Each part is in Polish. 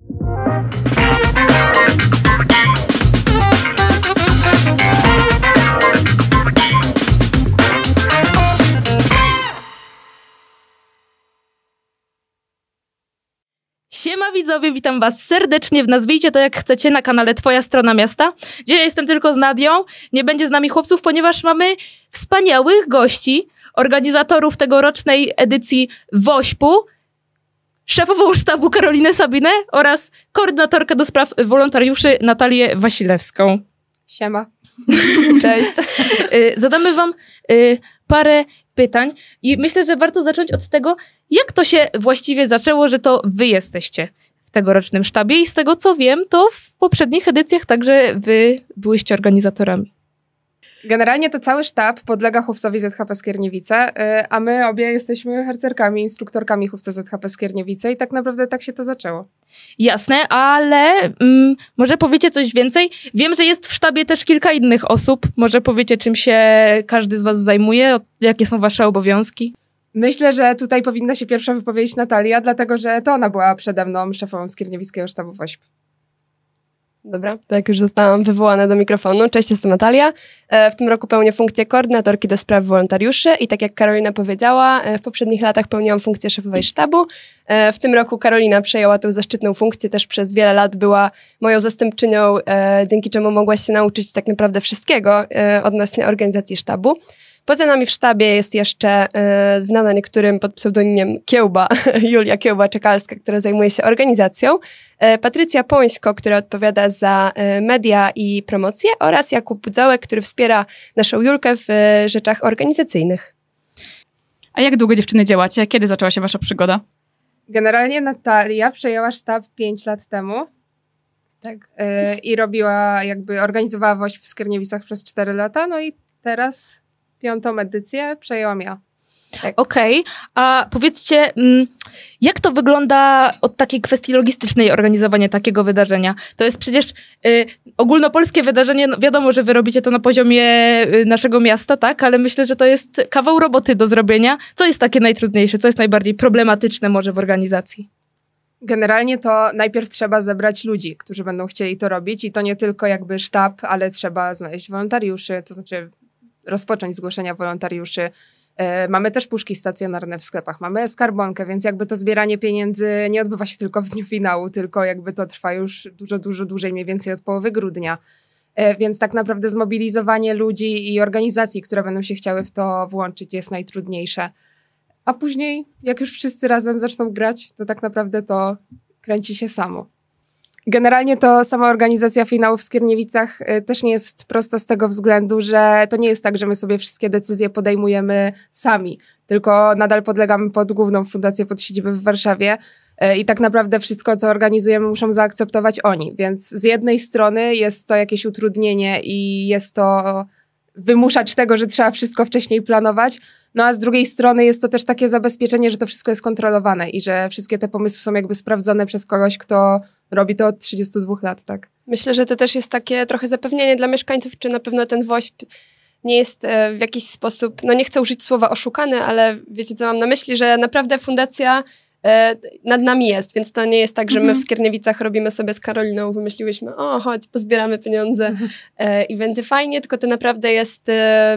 Siema widzowie, witam was serdecznie w Nazwijcie to jak chcecie na kanale Twoja Strona Miasta. Dzisiaj jestem tylko z Nadią, nie będzie z nami chłopców, ponieważ mamy wspaniałych gości, organizatorów tegorocznej edycji WOŚP-u, szefową sztabu Karolinę Sabinę oraz koordynatorkę do spraw wolontariuszy Natalię Wasilewską. Siema. Cześć. Zadamy wam parę pytań i myślę, że warto zacząć od tego, jak to się właściwie zaczęło, że to wy jesteście w tegorocznym sztabie i z tego co wiem, to w poprzednich edycjach także wy byłyście organizatorami. Generalnie to cały sztab podlega chówcowi ZHP Skierniewice, a my obie jesteśmy harcerkami, instruktorkami chówca ZHP Skierniewice i tak naprawdę tak się to zaczęło. Jasne, ale może powiecie coś więcej? Wiem, że jest w sztabie też kilka innych osób. Może powiecie, czym się każdy z was zajmuje? Jakie są wasze obowiązki? Myślę, że tutaj powinna się pierwsza wypowiedzieć Natalia, dlatego że to ona była przede mną szefową Skierniewickiego Sztabu WOŚP. Dobra, to jak już zostałam wywołana do mikrofonu. Cześć, jestem Natalia. W tym roku pełnię funkcję koordynatorki do spraw wolontariuszy i tak jak Karolina powiedziała, w poprzednich latach pełniłam funkcję szefowej sztabu. W tym roku Karolina przejęła tę zaszczytną funkcję, też przez wiele lat była moją zastępczynią, dzięki czemu mogłaś się nauczyć tak naprawdę wszystkiego odnośnie organizacji sztabu. Poza nami w sztabie jest jeszcze znana niektórym pod pseudonimem Kiełba, Julia Kiełba-Czekalska, która zajmuje się organizacją, Patrycja Pońsko, która odpowiada za media i promocję oraz Jakub Budzołek, który wspiera naszą Julkę w rzeczach organizacyjnych. A jak długo dziewczyny działacie? Kiedy zaczęła się wasza przygoda? Generalnie Natalia przejęła sztab 5 lat temu. Tak. I organizowała WOŚP w Skierniewicach przez 4 lata, no i teraz 5. edycję przejęłam ja. Tak. Okej, a powiedzcie, jak to wygląda od takiej kwestii logistycznej organizowania takiego wydarzenia? To jest przecież ogólnopolskie wydarzenie, no wiadomo, że wy robicie to na poziomie naszego miasta, tak? Ale myślę, że to jest kawał roboty do zrobienia. Co jest takie najtrudniejsze? Co jest najbardziej problematyczne może w organizacji? Generalnie to najpierw trzeba zebrać ludzi, którzy będą chcieli to robić i to nie tylko jakby sztab, ale trzeba znaleźć wolontariuszy, to znaczy rozpocząć zgłoszenia wolontariuszy. Mamy też puszki stacjonarne w sklepach, mamy skarbonkę, więc jakby to zbieranie pieniędzy nie odbywa się tylko w dniu finału, tylko jakby to trwa już dużo dłużej, mniej więcej od połowy grudnia. Więc tak naprawdę zmobilizowanie ludzi i organizacji, które będą się chciały w to włączyć, jest najtrudniejsze. A później, jak już wszyscy razem zaczną grać, to tak naprawdę to kręci się samo. Generalnie to sama organizacja finału w Skierniewicach też nie jest prosta z tego względu, że to nie jest tak, że my sobie wszystkie decyzje podejmujemy sami, tylko nadal podlegamy pod główną fundację, pod siedzibę w Warszawie i tak naprawdę wszystko, co organizujemy, muszą zaakceptować oni. Więc z jednej strony jest to jakieś utrudnienie i jest to wymuszać tego, że trzeba wszystko wcześniej planować, no a z drugiej strony jest to też takie zabezpieczenie, że to wszystko jest kontrolowane i że wszystkie te pomysły są jakby sprawdzone przez kogoś, kto robi to od 32 lat, tak? Myślę, że to też jest takie trochę zapewnienie dla mieszkańców, czy na pewno ten WOŚP nie jest w jakiś sposób, no nie chcę użyć słowa oszukany, ale wiecie co mam na myśli, że naprawdę fundacja nad nami jest, więc to nie jest tak, że my w Skierniewicach robimy sobie z Karoliną, wymyśliłyśmy, chodź, pozbieramy pieniądze i będzie fajnie, tylko to naprawdę jest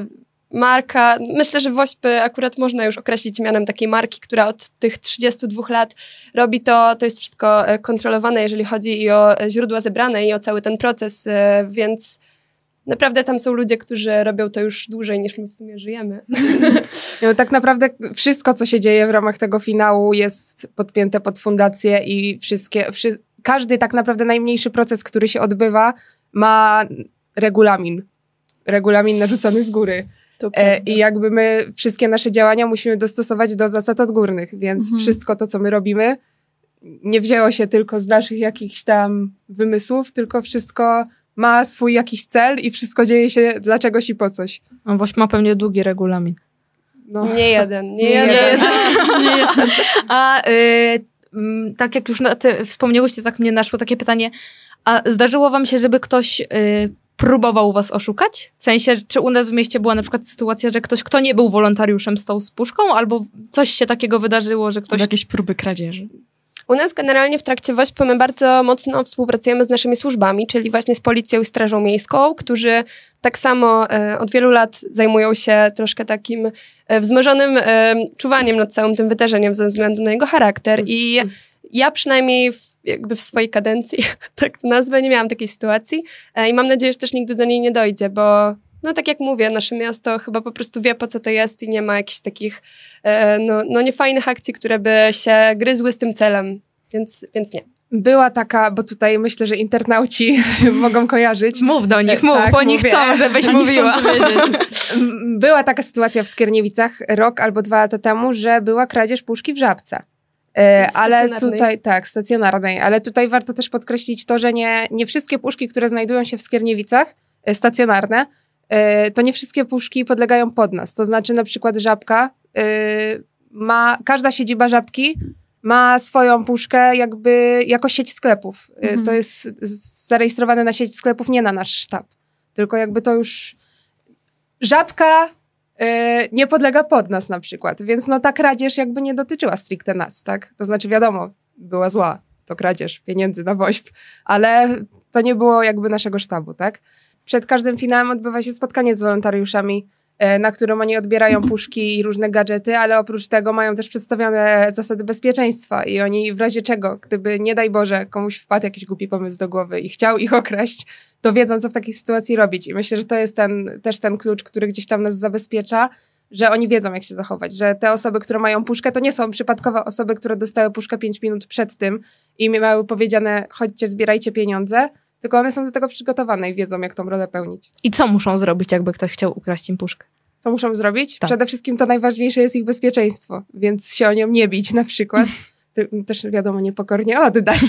marka. Myślę, że WOŚP akurat można już określić mianem takiej marki, która od tych 32 lat robi to jest wszystko kontrolowane, jeżeli chodzi i o źródła zebrane i o cały ten proces, więc naprawdę tam są ludzie, którzy robią to już dłużej niż my w sumie żyjemy. No, tak naprawdę wszystko, co się dzieje w ramach tego finału jest podpięte pod fundację i każdy tak naprawdę najmniejszy proces, który się odbywa, ma regulamin narzucony z góry. I jakby my wszystkie nasze działania musimy dostosować do zasad odgórnych, więc wszystko to, co my robimy, nie wzięło się tylko z naszych jakichś tam wymysłów, tylko wszystko ma swój jakiś cel i wszystko dzieje się dla czegoś i po coś. On właśnie ma pewnie długi regulamin. No. Nie jeden. A tak jak już wspomniałyście, tak mnie naszło takie pytanie, a zdarzyło wam się, żeby ktoś próbował was oszukać? W sensie, czy u nas w mieście była na przykład sytuacja, że ktoś, kto nie był wolontariuszem, stał z puszką, albo coś się takiego wydarzyło, że ktoś... Jakieś próby kradzieży. U nas generalnie w trakcie WOŚP my bardzo mocno współpracujemy z naszymi służbami, czyli właśnie z Policją i Strażą Miejską, którzy tak samo od wielu lat zajmują się troszkę takim wzmożonym czuwaniem nad całym tym wydarzeniem ze względu na jego charakter. I ja przynajmniej jakby w swojej kadencji, tak to nazwę, nie miałam takiej sytuacji i mam nadzieję, że też nigdy do niej nie dojdzie, bo no tak jak mówię, nasze miasto chyba po prostu wie, po co to jest i nie ma jakichś takich niefajnych akcji, które by się gryzły z tym celem, więc nie. Była taka, bo tutaj myślę, że internauci mogą kojarzyć. Mów do nich, mów, Tak, oni mówię. chcą, żebyś Oni mówiła. chcą powiedzieć. Była taka sytuacja w Skierniewicach rok albo 2 lata temu, że była kradzież puszki w Żabce. Ale tutaj, tak, stacjonarnej, ale tutaj warto też podkreślić to, że nie wszystkie puszki, które znajdują się w Skierniewicach, stacjonarne, to nie wszystkie puszki podlegają pod nas. To znaczy na przykład Żabka każda siedziba Żabki ma swoją puszkę jakby jako sieć sklepów. To jest zarejestrowane na sieć sklepów, nie na nasz sztab. Tylko jakby to już Żabka nie podlega pod nas na przykład. Więc no ta kradzież jakby nie dotyczyła stricte nas, tak? To znaczy wiadomo, była zła to kradzież pieniędzy na WOŚP, ale to nie było jakby naszego sztabu, tak? Przed każdym finałem odbywa się spotkanie z wolontariuszami, na którym oni odbierają puszki i różne gadżety, ale oprócz tego mają też przedstawione zasady bezpieczeństwa i oni w razie czego, gdyby nie daj Boże komuś wpadł jakiś głupi pomysł do głowy i chciał ich okraść, to wiedzą, co w takiej sytuacji robić. I myślę, że to jest też ten klucz, który gdzieś tam nas zabezpiecza, że oni wiedzą, jak się zachować, że te osoby, które mają puszkę, to nie są przypadkowe osoby, które dostały puszkę 5 minut przed tym i mi miały powiedziane, chodźcie, zbierajcie pieniądze, tylko one są do tego przygotowane i wiedzą, jak tą rolę pełnić. I co muszą zrobić, jakby ktoś chciał ukraść im puszkę? Co muszą zrobić? Tak. Przede wszystkim to najważniejsze jest ich bezpieczeństwo, więc się o nią nie bić na przykład. Też wiadomo, niepokornie oddać.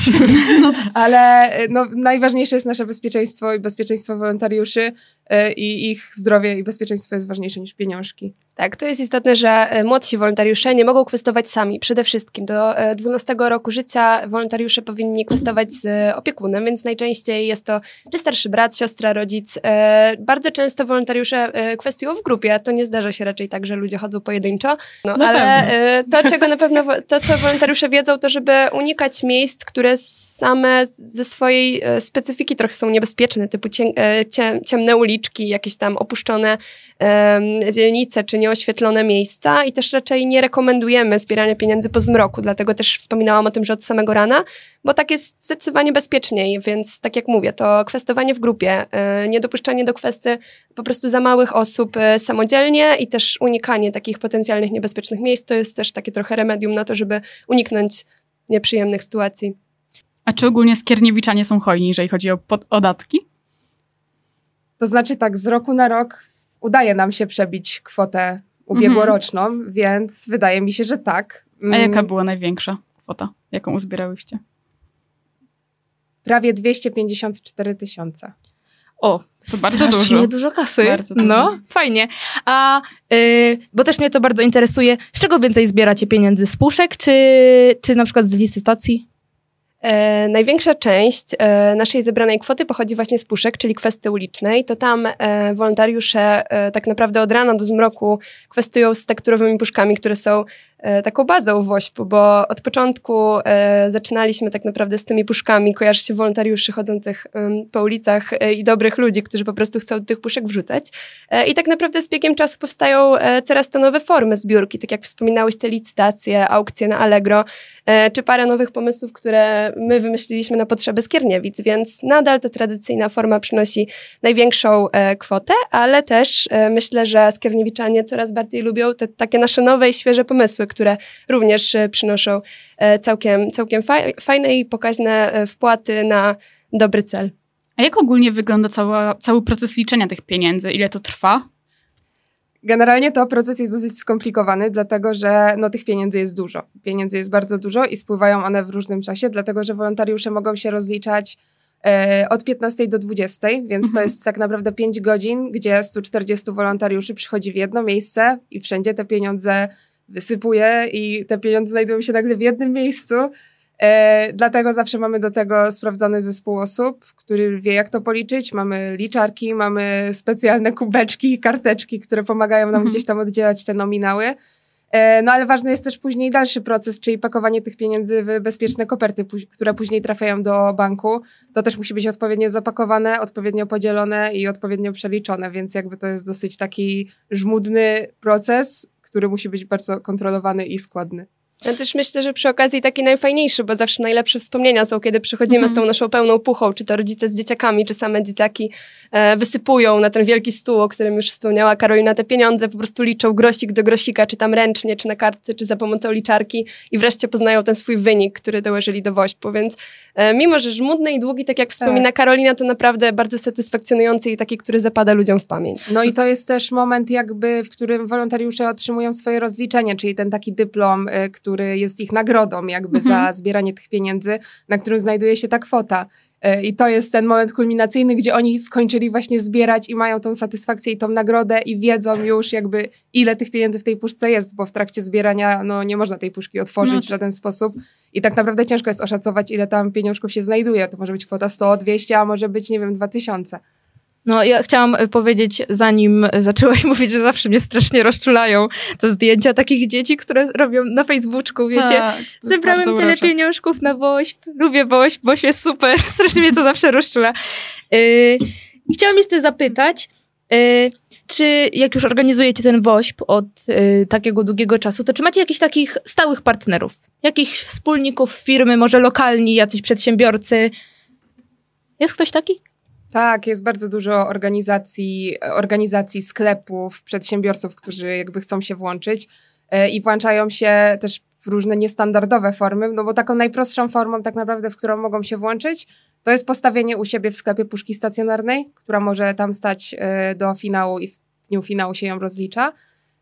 Ale no, najważniejsze jest nasze bezpieczeństwo i bezpieczeństwo wolontariuszy i ich zdrowie i bezpieczeństwo jest ważniejsze niż pieniążki. Tak, to jest istotne, że młodsi wolontariusze nie mogą kwestować sami. Przede wszystkim do 12 roku życia wolontariusze powinni kwestować z opiekunem, więc najczęściej jest to czy starszy brat, siostra, rodzic. Bardzo często wolontariusze kwestują w grupie. To nie zdarza się raczej tak, że ludzie chodzą pojedynczo. Ale to, co wolontariusze wiedzą, to żeby unikać miejsc, które same ze swojej specyfiki trochę są niebezpieczne, typu ciemne uliczki, jakieś tam opuszczone dzielnice, czy nieoświetlone miejsca i też raczej nie rekomendujemy zbierania pieniędzy po zmroku, dlatego też wspominałam o tym, że od samego rana, bo tak jest zdecydowanie bezpieczniej, więc tak jak mówię, to kwestowanie w grupie, niedopuszczanie do kwesty po prostu za małych osób samodzielnie i też unikanie takich potencjalnych niebezpiecznych miejsc, to jest też takie trochę remedium na to, żeby uniknąć nieprzyjemnych sytuacji. A czy ogólnie skierniewiczanie są hojni, jeżeli chodzi o podatki? To znaczy tak, z roku na rok udaje nam się przebić kwotę ubiegłoroczną, więc wydaje mi się, że tak. A jaka była największa kwota, jaką uzbierałyście? Prawie 254 000. O, to bardzo dużo kasy. Bardzo dużo. No, fajnie. A, bo też mnie to bardzo interesuje, z czego więcej zbieracie pieniędzy? Z puszek, czy na przykład z licytacji? Największa część naszej zebranej kwoty pochodzi właśnie z puszek, czyli kwesty ulicznej. To tam wolontariusze tak naprawdę od rana do zmroku kwestują z tekturowymi puszkami, które są taką bazą WOŚP-u, bo od początku zaczynaliśmy tak naprawdę z tymi puszkami. Kojarzy się wolontariuszy chodzących po ulicach i dobrych ludzi, którzy po prostu chcą tych puszek wrzucać. I tak naprawdę z biegiem czasu powstają coraz to nowe formy zbiórki, tak jak wspominałeś, te licytacje, aukcje na Allegro, czy parę nowych pomysłów, które my wymyśliliśmy na potrzeby Skierniewic, więc nadal ta tradycyjna forma przynosi największą kwotę, ale też myślę, że skierniewiczanie coraz bardziej lubią te takie nasze nowe i świeże pomysły, które również przynoszą całkiem fajne i pokaźne wpłaty na dobry cel. A jak ogólnie wygląda cały proces liczenia tych pieniędzy? Ile to trwa? Generalnie to proces jest dosyć skomplikowany, dlatego że tych pieniędzy jest dużo. Pieniędzy jest bardzo dużo i spływają one w różnym czasie, dlatego że wolontariusze mogą się rozliczać od 15 do 20, więc to jest tak naprawdę 5 godzin, gdzie 140 wolontariuszy przychodzi w jedno miejsce i wszędzie te pieniądze wysypuje i te pieniądze znajdują się nagle w jednym miejscu. Dlatego zawsze mamy do tego sprawdzony zespół osób, który wie, jak to policzyć. Mamy liczarki, mamy specjalne kubeczki i karteczki, które pomagają nam gdzieś tam oddzielać te nominały. No ale ważny jest też później dalszy proces, czyli pakowanie tych pieniędzy w bezpieczne koperty, które później trafiają do banku. To też musi być odpowiednio zapakowane, odpowiednio podzielone i odpowiednio przeliczone, więc jakby to jest dosyć taki żmudny proces, który musi być bardzo kontrolowany i składny. Ja też myślę, że przy okazji taki najfajniejszy, bo zawsze najlepsze wspomnienia są, kiedy przychodzimy z tą naszą pełną puchą, czy to rodzice z dzieciakami, czy same dzieciaki wysypują na ten wielki stół, o którym już wspomniała Karolina, te pieniądze, po prostu liczą grosik do grosika, czy tam ręcznie, czy na kartce, czy za pomocą liczarki i wreszcie poznają ten swój wynik, który dołożyli do WOŚP-u, więc mimo, że żmudny i długi, tak jak wspomina Karolina, to naprawdę bardzo satysfakcjonujący i taki, który zapada ludziom w pamięć. No i to jest też moment jakby, w którym wolontariusze otrzymują swoje rozliczenie, czyli ten taki dyplom, który jest ich nagrodą jakby za zbieranie tych pieniędzy, na którym znajduje się ta kwota. I to jest ten moment kulminacyjny, gdzie oni skończyli właśnie zbierać i mają tą satysfakcję i tą nagrodę i wiedzą już jakby ile tych pieniędzy w tej puszce jest, bo w trakcie zbierania no nie można tej puszki otworzyć w żaden sposób i tak naprawdę ciężko jest oszacować, ile tam pieniążków się znajduje. To może być kwota 100, 200, a może być, nie wiem, 2000. No ja chciałam powiedzieć, zanim zaczęłaś mówić, że zawsze mnie strasznie rozczulają te zdjęcia takich dzieci, które robią na Facebooku, wiecie. Tak, zebrałem tyle pieniążków na WOŚP, lubię WOŚP, WOŚP jest super, strasznie mnie to zawsze rozczula. Chciałam jeszcze zapytać, czy jak już organizujecie ten WOŚP od takiego długiego czasu, to czy macie jakichś takich stałych partnerów? Jakichś wspólników firmy, może lokalni, jacyś przedsiębiorcy? Jest ktoś taki? Tak, jest bardzo dużo organizacji, sklepów, przedsiębiorców, którzy jakby chcą się włączyć i włączają się też w różne niestandardowe formy, no bo taką najprostszą formą tak naprawdę, w którą mogą się włączyć, to jest postawienie u siebie w sklepie puszki stacjonarnej, która może tam stać do finału i w dniu finału się ją rozlicza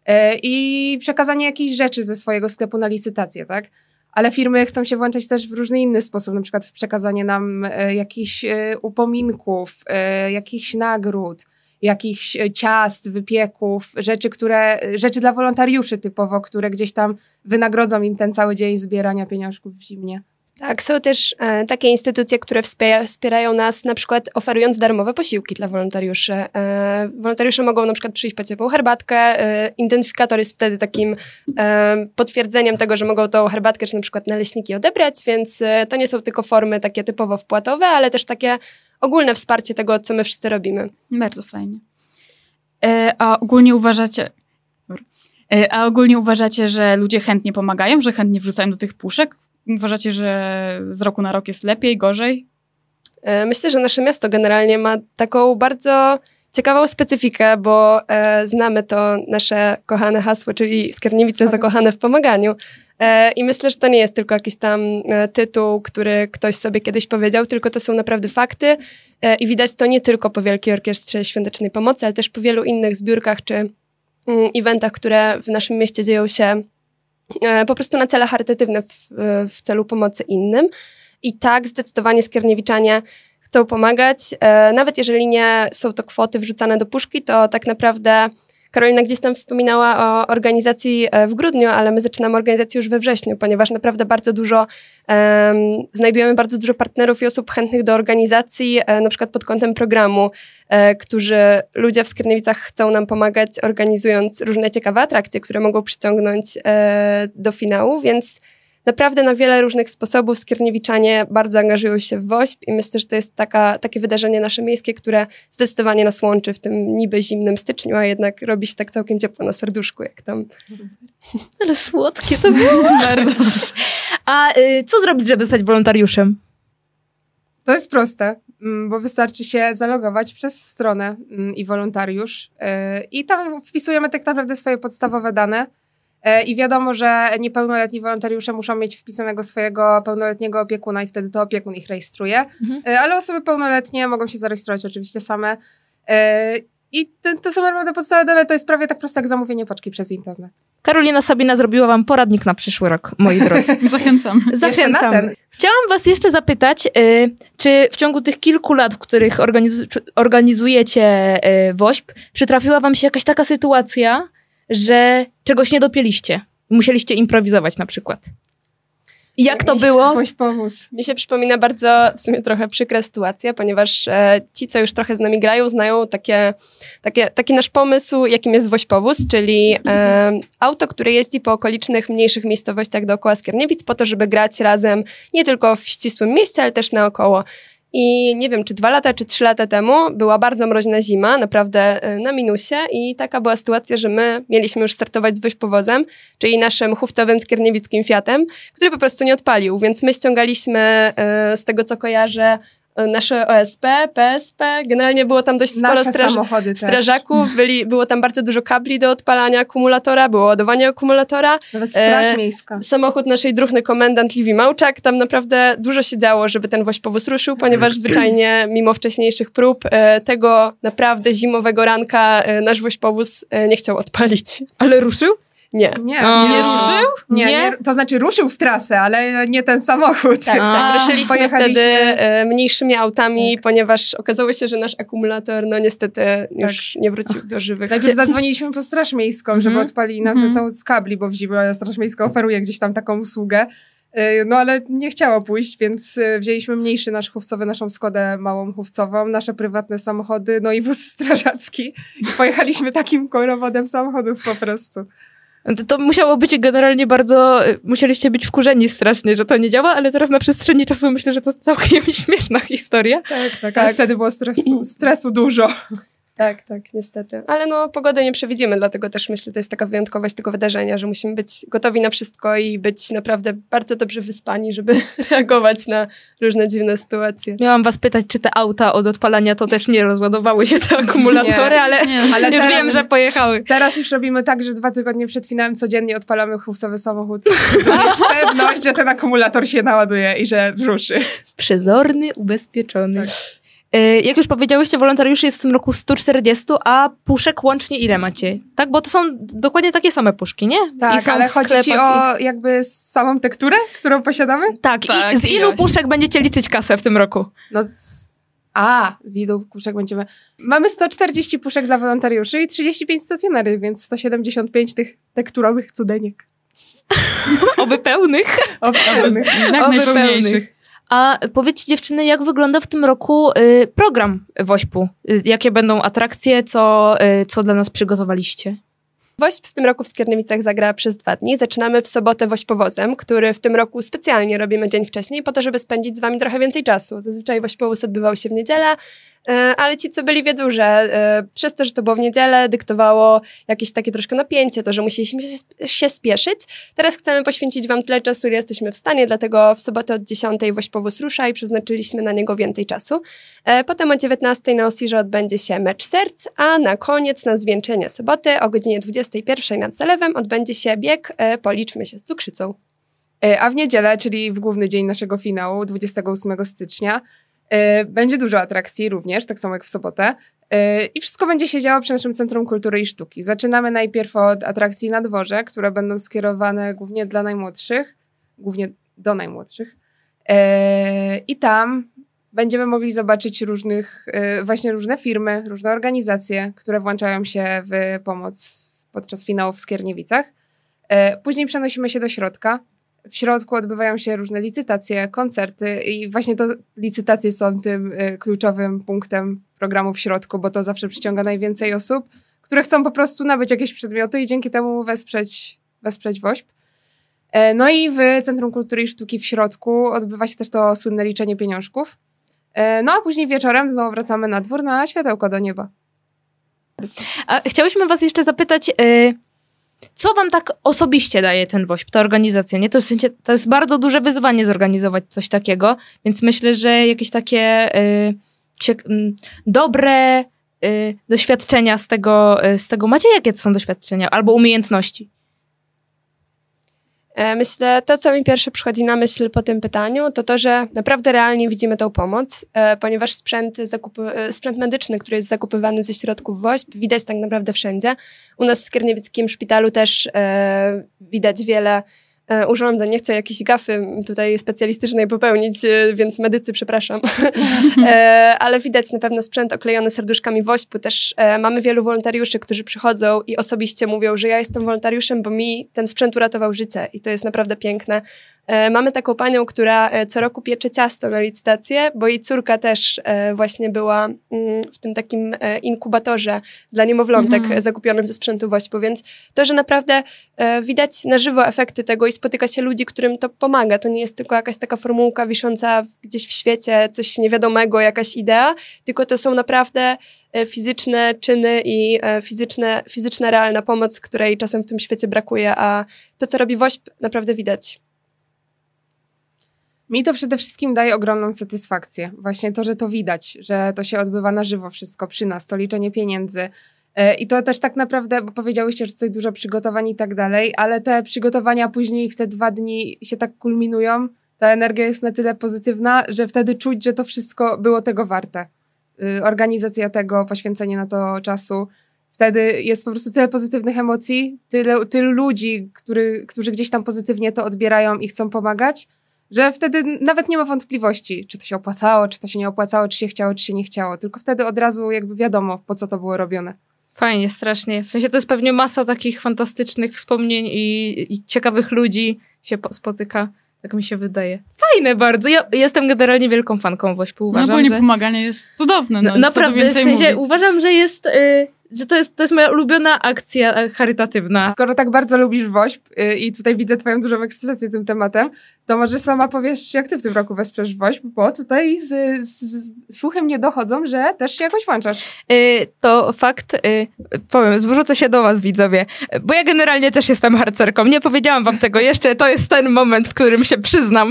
i przekazanie jakichś rzeczy ze swojego sklepu na licytację, tak? Ale firmy chcą się włączać też w różny inny sposób, na przykład w przekazanie nam jakichś upominków, jakichś nagród, jakichś ciast, wypieków, rzeczy dla wolontariuszy typowo, które gdzieś tam wynagrodzą im ten cały dzień zbierania pieniążków w zimnie. Tak, są też takie instytucje, które wspierają nas, na przykład oferując darmowe posiłki dla wolontariuszy. Wolontariusze mogą na przykład przyjść po ciepłą herbatkę. Identyfikator jest wtedy takim potwierdzeniem tego, że mogą tą herbatkę czy na przykład naleśniki odebrać, więc to nie są tylko formy takie typowo wpłatowe, ale też takie ogólne wsparcie tego, co my wszyscy robimy. Bardzo fajnie. A ogólnie uważacie, że ludzie chętnie pomagają, że chętnie wrzucają do tych puszek? Uważacie, że z roku na rok jest lepiej, gorzej? Myślę, że nasze miasto generalnie ma taką bardzo ciekawą specyfikę, bo znamy to nasze kochane hasło, czyli Skierniewice zakochane w pomaganiu. I myślę, że to nie jest tylko jakiś tam tytuł, który ktoś sobie kiedyś powiedział, tylko to są naprawdę fakty i widać to nie tylko po Wielkiej Orkiestrze Świątecznej Pomocy, ale też po wielu innych zbiórkach czy eventach, które w naszym mieście dzieją się po prostu na cele charytatywne w celu pomocy innym. I tak zdecydowanie skierniewiczanie chcą pomagać. Nawet jeżeli nie są to kwoty wrzucane do puszki, to tak naprawdę Karolina gdzieś tam wspominała o organizacji w grudniu, ale my zaczynamy organizację już we wrześniu, ponieważ naprawdę znajdujemy bardzo dużo partnerów i osób chętnych do organizacji, na przykład pod kątem programu, ludzie w Skierniewicach chcą nam pomagać, organizując różne ciekawe atrakcje, które mogą przyciągnąć do finału, więc naprawdę na wiele różnych sposobów skierniewiczanie bardzo angażują się w WOŚP i myślę, że to jest takie wydarzenie nasze miejskie, które zdecydowanie nas łączy w tym niby zimnym styczniu, a jednak robi się tak całkiem ciepło na serduszku, jak tam. Ale słodkie to było. Bardzo. A co zrobić, żeby stać wolontariuszem? To jest proste, bo wystarczy się zalogować przez stronę i wolontariusz i tam wpisujemy tak naprawdę swoje podstawowe dane. I wiadomo, że niepełnoletni wolontariusze muszą mieć wpisanego swojego pełnoletniego opiekuna i wtedy to opiekun ich rejestruje. Ale osoby pełnoletnie mogą się zarejestrować oczywiście same. I to są naprawdę podstawowe dane, to jest prawie tak proste jak zamówienie paczki przez internet. Karolina Sabina zrobiła wam poradnik na przyszły rok, moi drodzy. Zachęcam. Chciałam was jeszcze zapytać, czy w ciągu tych kilku lat, w których organizujecie WOŚP, przytrafiła wam się jakaś taka sytuacja, że czegoś nie dopięliście? Musieliście improwizować na przykład? Jak to było? Bądź powóz. Mi się przypomina bardzo w sumie trochę przykra sytuacja, ponieważ ci, co już trochę z nami grają, znają taki nasz pomysł, jakim jest woźpowóz, czyli auto, które jeździ po okolicznych, mniejszych miejscowościach dookoła Skierniewic po to, żeby grać razem nie tylko w ścisłym mieście, ale też naokoło. I nie wiem, czy 2 lata, czy 3 lata temu była bardzo mroźna zima, naprawdę na minusie i taka była sytuacja, że my mieliśmy już startować z woźpowozem, czyli naszym hufcowym skierniewickim Fiatem, który po prostu nie odpalił, więc my ściągaliśmy z tego, co kojarzę, nasze OSP, PSP, generalnie było tam dość sporo strażaków, było tam bardzo dużo kabli do odpalania akumulatora, było ładowanie akumulatora. Nawet straż miejska. Samochód naszej druhny komendant Liwi Małczak, tam naprawdę dużo się działo, żeby ten woźpowóz ruszył, ponieważ zwyczajnie mimo wcześniejszych prób tego naprawdę zimowego ranka nasz woźpowóz nie chciał odpalić. Ale ruszył? Nie. Nie ruszył? Nie, to znaczy ruszył w trasę, ale nie ten samochód. Tak, ruszyliśmy wtedy mniejszymi autami, ponieważ okazało się, że nasz akumulator, no niestety już nie wrócił do żywych. Najpierw zadzwoniliśmy po Straż Miejską, żeby odpalili nam ten samochód z kabli, bo w zimę Straż Miejska oferuje gdzieś tam taką usługę. No ale nie chciało pójść, więc wzięliśmy mniejszy nasz hufcowy, naszą Skodę małą hufcową, nasze prywatne samochody, no i wóz strażacki. I pojechaliśmy takim korowodem samochodów po prostu. To musiało być generalnie bardzo... Musieliście być wkurzeni strasznie, że to nie działa, ale teraz na przestrzeni czasu myślę, że to całkiem śmieszna historia. Tak. Ale wtedy było stresu dużo. Tak, niestety. Ale no pogody nie przewidzimy, dlatego też myślę, to jest taka wyjątkowość tego wydarzenia, że musimy być gotowi na wszystko i być naprawdę bardzo dobrze wyspani, żeby reagować na różne dziwne sytuacje. Miałam was pytać, czy te auta od odpalania to też nie rozładowały się te akumulatory, ale już wiem, że pojechały. Teraz już robimy tak, że 2 tygodnie przed finałem codziennie odpalamy hufcowy samochód, żeby mieć pewność, że ten akumulator się naładuje i że ruszy. Przezorny, ubezpieczony. Tak. Jak już powiedziałyście, wolontariuszy jest w tym roku 140, a puszek łącznie ile macie? Tak, bo to są dokładnie takie same puszki, nie? Tak, ale chodzi ci o jakby samą tekturę, którą posiadamy? Tak, i z ilu puszek będziecie liczyć kasę w tym roku? No z ilu puszek będziemy... Mamy 140 puszek dla wolontariuszy i 35 stacjonary, więc 175 tych tekturowych cudeniek. Oby pełnych. Oby najpełniejszych. A powiedzcie dziewczyny, jak wygląda w tym roku program WOŚP-u? Jakie będą atrakcje, co dla nas przygotowaliście? WOŚP w tym roku w Skierniewicach zagra przez 2 dni. Zaczynamy w sobotę wośpowozem, który w tym roku specjalnie robimy dzień wcześniej, po to, żeby spędzić z wami trochę więcej czasu. Zazwyczaj wośpowóz odbywał się w niedzielę, ale ci, co byli, wiedzą, że przez to, że to było w niedzielę, dyktowało jakieś takie troszkę napięcie, to, że musieliśmy się spieszyć. Teraz chcemy poświęcić wam tyle czasu, ile jesteśmy w stanie, dlatego w sobotę od 10 wośpowóz rusza i przeznaczyliśmy na niego więcej czasu. Potem o 19 na Osirze odbędzie się mecz serc, a na koniec, na zwieńczenie soboty o godzinie 21 nad Zalewem odbędzie się bieg Policzmy się z cukrzycą. A w niedzielę, czyli w główny dzień naszego finału, 28 stycznia, będzie dużo atrakcji również, tak samo jak w sobotę. I wszystko będzie się działo przy naszym Centrum Kultury i Sztuki. Zaczynamy najpierw od atrakcji na dworze, które będą skierowane głównie dla najmłodszych, głównie do najmłodszych. I tam będziemy mogli zobaczyć właśnie różne firmy, różne organizacje, które włączają się w pomoc podczas finału w Skierniewicach. Później przenosimy się do środka. W środku odbywają się różne licytacje, koncerty i właśnie to licytacje są tym kluczowym punktem programu w środku, bo to zawsze przyciąga najwięcej osób, które chcą po prostu nabyć jakieś przedmioty i dzięki temu wesprzeć WOŚP. No i w Centrum Kultury i Sztuki w środku odbywa się też to słynne liczenie pieniążków. No a później wieczorem znowu wracamy na dwór na światełko do nieba. A chciałyśmy was jeszcze zapytać... Co wam tak osobiście daje ten WOŚP, ta organizacja, nie? To w sensie, to jest bardzo duże wyzwanie zorganizować coś takiego, więc myślę, że jakieś takie dobre doświadczenia z tego macie? Jakie to są doświadczenia albo umiejętności? Myślę, to co mi pierwsze przychodzi na myśl po tym pytaniu, to, że naprawdę realnie widzimy tą pomoc, ponieważ sprzęt medyczny, który jest zakupywany ze środków WOŚP, widać tak naprawdę wszędzie. U nas w Skierniewickim Szpitalu też widać wiele urządzeń. Nie chcę jakiejś gafy tutaj specjalistycznej popełnić, więc medycy, przepraszam. Ale widać na pewno sprzęt oklejony serduszkami WOŚP-u. Też mamy wielu wolontariuszy, którzy przychodzą i osobiście mówią, że ja jestem wolontariuszem, bo mi ten sprzęt uratował życie i to jest naprawdę piękne. Mamy taką panią, która co roku piecze ciasto na licytację, bo jej córka też właśnie była w tym takim inkubatorze dla niemowlątek zakupionym ze sprzętu WOŚP-u, więc to, że naprawdę widać na żywo efekty tego i spotyka się ludzi, którym to pomaga. To nie jest tylko jakaś taka formułka wisząca gdzieś w świecie, coś niewiadomego, jakaś idea, tylko to są naprawdę fizyczne czyny i fizyczna, realna pomoc, której czasem w tym świecie brakuje, a to, co robi WOŚP, naprawdę widać. Mi to przede wszystkim daje ogromną satysfakcję. Właśnie to, że to widać, że to się odbywa na żywo wszystko przy nas, to liczenie pieniędzy. I to też tak naprawdę, bo powiedziałyście, że tutaj dużo przygotowań i tak dalej, ale te przygotowania później w te 2 dni się tak kulminują, ta energia jest na tyle pozytywna, że wtedy czuć, że to wszystko było tego warte. Organizacja tego, poświęcenie na to czasu. Wtedy jest po prostu tyle pozytywnych emocji, tylu ludzi, którzy gdzieś tam pozytywnie to odbierają i chcą pomagać, że wtedy nawet nie ma wątpliwości, czy to się opłacało, czy to się nie opłacało, czy się chciało, czy się nie chciało. Tylko wtedy od razu jakby wiadomo, po co to było robione. Fajnie, strasznie. W sensie to jest pewnie masa takich fantastycznych wspomnień i ciekawych ludzi się spotyka. Tak mi się wydaje. Fajne bardzo. Ja jestem generalnie wielką fanką WOŚP-u. Uważam, no bo nie że pomaganie jest cudowne. No, naprawdę, w sensie mówić. uważam, że że to jest moja ulubiona akcja charytatywna. Skoro tak bardzo lubisz WOŚP i tutaj widzę twoją dużą ekscytację tym tematem, to może sama powiesz, jak ty w tym roku wesprzesz WOŚP, bo tutaj z słuchem nie dochodzą, że też się jakoś włączasz. To fakt, powiem, zwrócę się do was, widzowie, bo ja generalnie też jestem harcerką. Nie powiedziałam wam tego jeszcze, to jest ten moment, w którym się przyznam.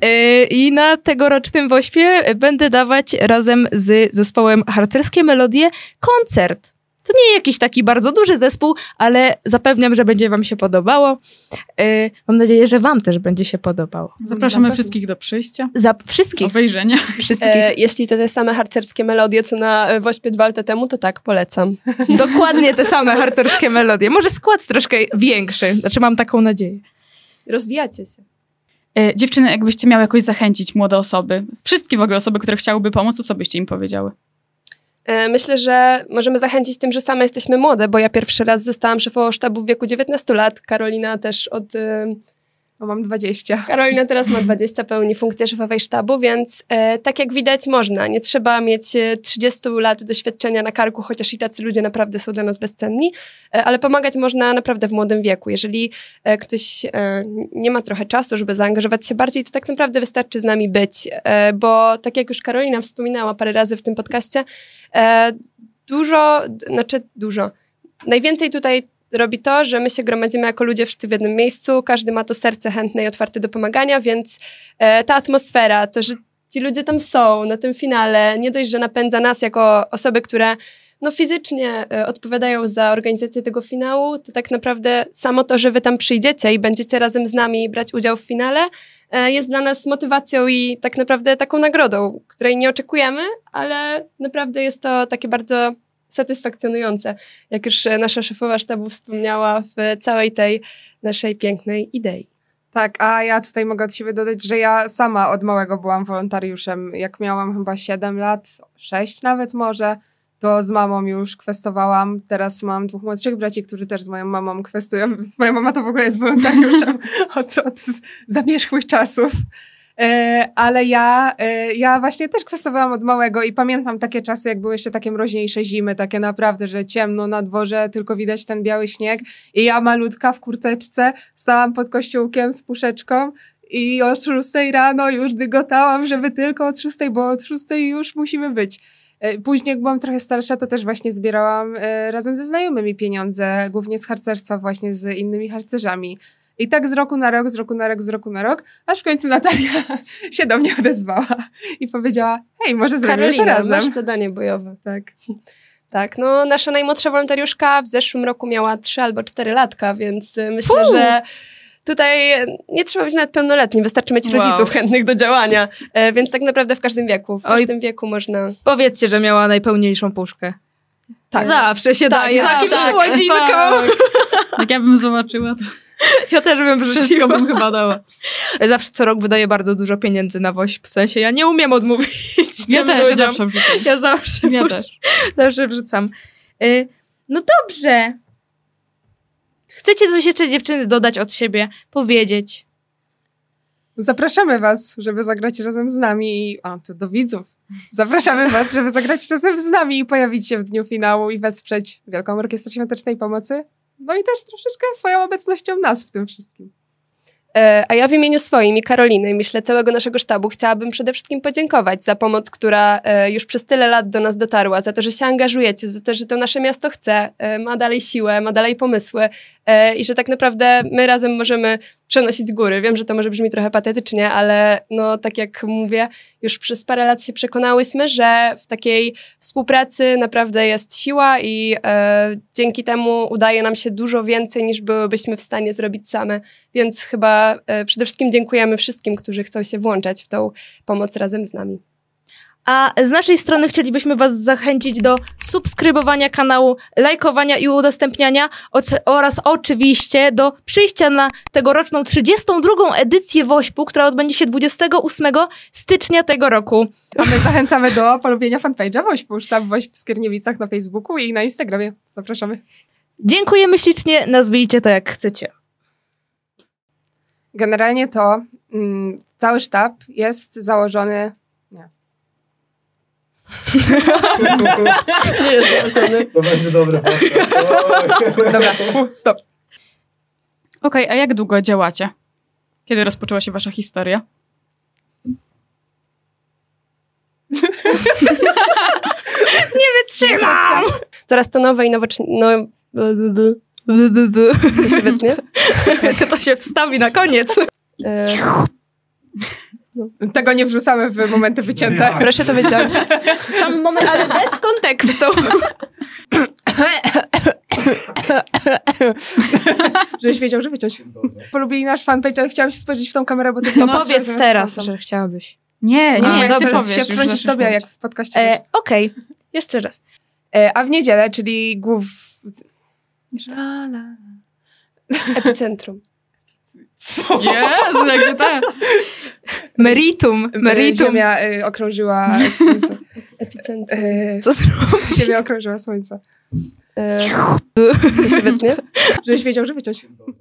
I na tegorocznym WOŚPie będę dawać razem z zespołem Harcerskie Melodie koncert. To nie jakiś taki bardzo duży zespół, ale zapewniam, że będzie wam się podobało. Mam nadzieję, że wam też będzie się podobało. Zapraszamy wszystkich do przyjścia. Wszystkich. Obejrzenia. Wszystkich. Jeśli to te same harcerskie melodie, co na WOŚPie 2 lata temu, to tak, polecam. Dokładnie te same harcerskie melodie. Może skład troszkę większy. Znaczy mam taką nadzieję. Rozwijacie się. Dziewczyny, jakbyście miały jakoś zachęcić młode osoby, wszystkie w ogóle osoby, które chciałyby pomóc, to co byście im powiedziały? Myślę, że możemy zachęcić tym, że same jesteśmy młode, bo ja pierwszy raz zostałam szefową sztabu w wieku 19 lat. Karolina też Bo mam 20. Karolina teraz ma 20, pełni funkcję szefowej sztabu, więc tak jak widać można. Nie trzeba mieć 30 lat doświadczenia na karku, chociaż i tacy ludzie naprawdę są dla nas bezcenni, ale pomagać można naprawdę w młodym wieku. Jeżeli ktoś nie ma trochę czasu, żeby zaangażować się bardziej, to tak naprawdę wystarczy z nami być, bo tak jak już Karolina wspominała parę razy w tym podcaście, dużo. Najwięcej tutaj robi to, że my się gromadzimy jako ludzie wszyscy w jednym miejscu, każdy ma to serce chętne i otwarte do pomagania, więc ta atmosfera, to, że ci ludzie tam są na tym finale, nie dość, że napędza nas jako osoby, które fizycznie odpowiadają za organizację tego finału, to tak naprawdę samo to, że wy tam przyjdziecie i będziecie razem z nami brać udział w finale, jest dla nas motywacją i tak naprawdę taką nagrodą, której nie oczekujemy, ale naprawdę jest to takie bardzo satysfakcjonujące, jak już nasza szefowa sztabu wspomniała w całej tej naszej pięknej idei. Tak, a ja tutaj mogę od siebie dodać, że ja sama od małego byłam wolontariuszem. Jak miałam chyba 7 lat, 6 nawet może, to z mamą już kwestowałam. Teraz mam 2 młodszych braci, którzy też z moją mamą kwestują, więc moja mama to w ogóle jest wolontariuszem od zamierzchłych czasów. Ale ja właśnie też kwestowałam od małego i pamiętam takie czasy, jak były jeszcze takie mroźniejsze zimy, takie naprawdę, że ciemno na dworze, tylko widać ten biały śnieg i ja malutka w kurteczce stałam pod kościółkiem z puszeczką i o 6 rano już dygotałam, żeby tylko od 6, bo od 6 już musimy być. Później, jak byłam trochę starsza, to też właśnie zbierałam razem ze znajomymi pieniądze, głównie z harcerstwa, właśnie z innymi harcerzami. I tak z roku na rok, aż w końcu Natalia się do mnie odezwała i powiedziała, hej, może zrobimy to Karolina, razem. masz zadanie bojowe. Tak. Tak, nasza najmłodsza wolontariuszka w zeszłym roku miała 3 albo 4 latka, więc myślę, że tutaj nie trzeba być nawet pełnoletnim, wystarczy mieć rodziców chętnych do działania, więc tak naprawdę w każdym wieku, wieku można... Powiedzcie, że miała najpełniejszą puszkę. Tak. Zawsze się daje takim słodzinkom. Jak ja bym zobaczyła, to Ja też bym wszystko wrzuciła. bym chyba dała. Zawsze co rok wydaję bardzo dużo pieniędzy na WOŚP. W sensie ja nie umiem odmówić. Ja tym też, ja ludziom. zawsze wrzucam. Ja zawsze wrzucam. No dobrze. Chcecie coś jeszcze, dziewczyny, dodać od siebie? Powiedzieć? Zapraszamy was, żeby zagrać razem z nami. To do widzów. Zapraszamy was, żeby zagrać razem z nami i pojawić się w dniu finału i wesprzeć Wielką Orkiestrę Świątecznej Pomocy. No i też troszeczkę swoją obecnością nas w tym wszystkim. A ja w imieniu swoim i Karoliny, myślę całego naszego sztabu, chciałabym przede wszystkim podziękować za pomoc, która już przez tyle lat do nas dotarła, za to, że się angażujecie, za to, że to nasze miasto chce, ma dalej siłę, ma dalej pomysły i że tak naprawdę my razem możemy przenosić góry. Wiem, że to może brzmi trochę patetycznie, ale no tak jak mówię, już przez parę lat się przekonałyśmy, że w takiej współpracy naprawdę jest siła i dzięki temu udaje nam się dużo więcej, niż byłybyśmy w stanie zrobić same. Więc chyba przede wszystkim dziękujemy wszystkim, którzy chcą się włączać w tą pomoc razem z nami. A z naszej strony chcielibyśmy was zachęcić do subskrybowania kanału, lajkowania i udostępniania oraz oczywiście do przyjścia na tegoroczną 32. edycję WOŚP-u, która odbędzie się 28 stycznia tego roku. A my zachęcamy do polubienia fanpage'a WOŚP-u, sztab WOŚP w Skierniewicach na Facebooku i na Instagramie. Zapraszamy. Dziękujemy ślicznie, nazwijcie to jak chcecie. Generalnie to cały sztab jest założony... Nie jest założony. To będzie dobre. Dobra, stop. Okej, a jak długo działacie? Kiedy rozpoczęła się wasza historia? Nie wytrzymam! Coraz to nowe i nowoczesne... To się wytnie? To się wstawi na koniec. Tego nie wrzucamy w momenty wycięte. Proszę to wyciąć. Sam moment, ale bez kontekstu. Żebyś wiedział, że wyciąć. Polubili nasz fanpage, ale chciałam się spojrzeć w tą kamerę, bo ty To patrzysz powiedz zamiast teraz, czasem. że chciałabyś. Nie, Nie, ty dobrze, powiesz, się już wtrącić zaczniesz tobie, mówić. jak w podcaście. Okej, jeszcze raz. A w niedzielę, czyli Epicentrum. Co? Jezu, jak to Meritum. Ziemia okrążyła słońce. Epicentrum. Co zrobić? Ziemia okrążyła słońce. To się wytnie? Żebyś wiedział, że wyciąć.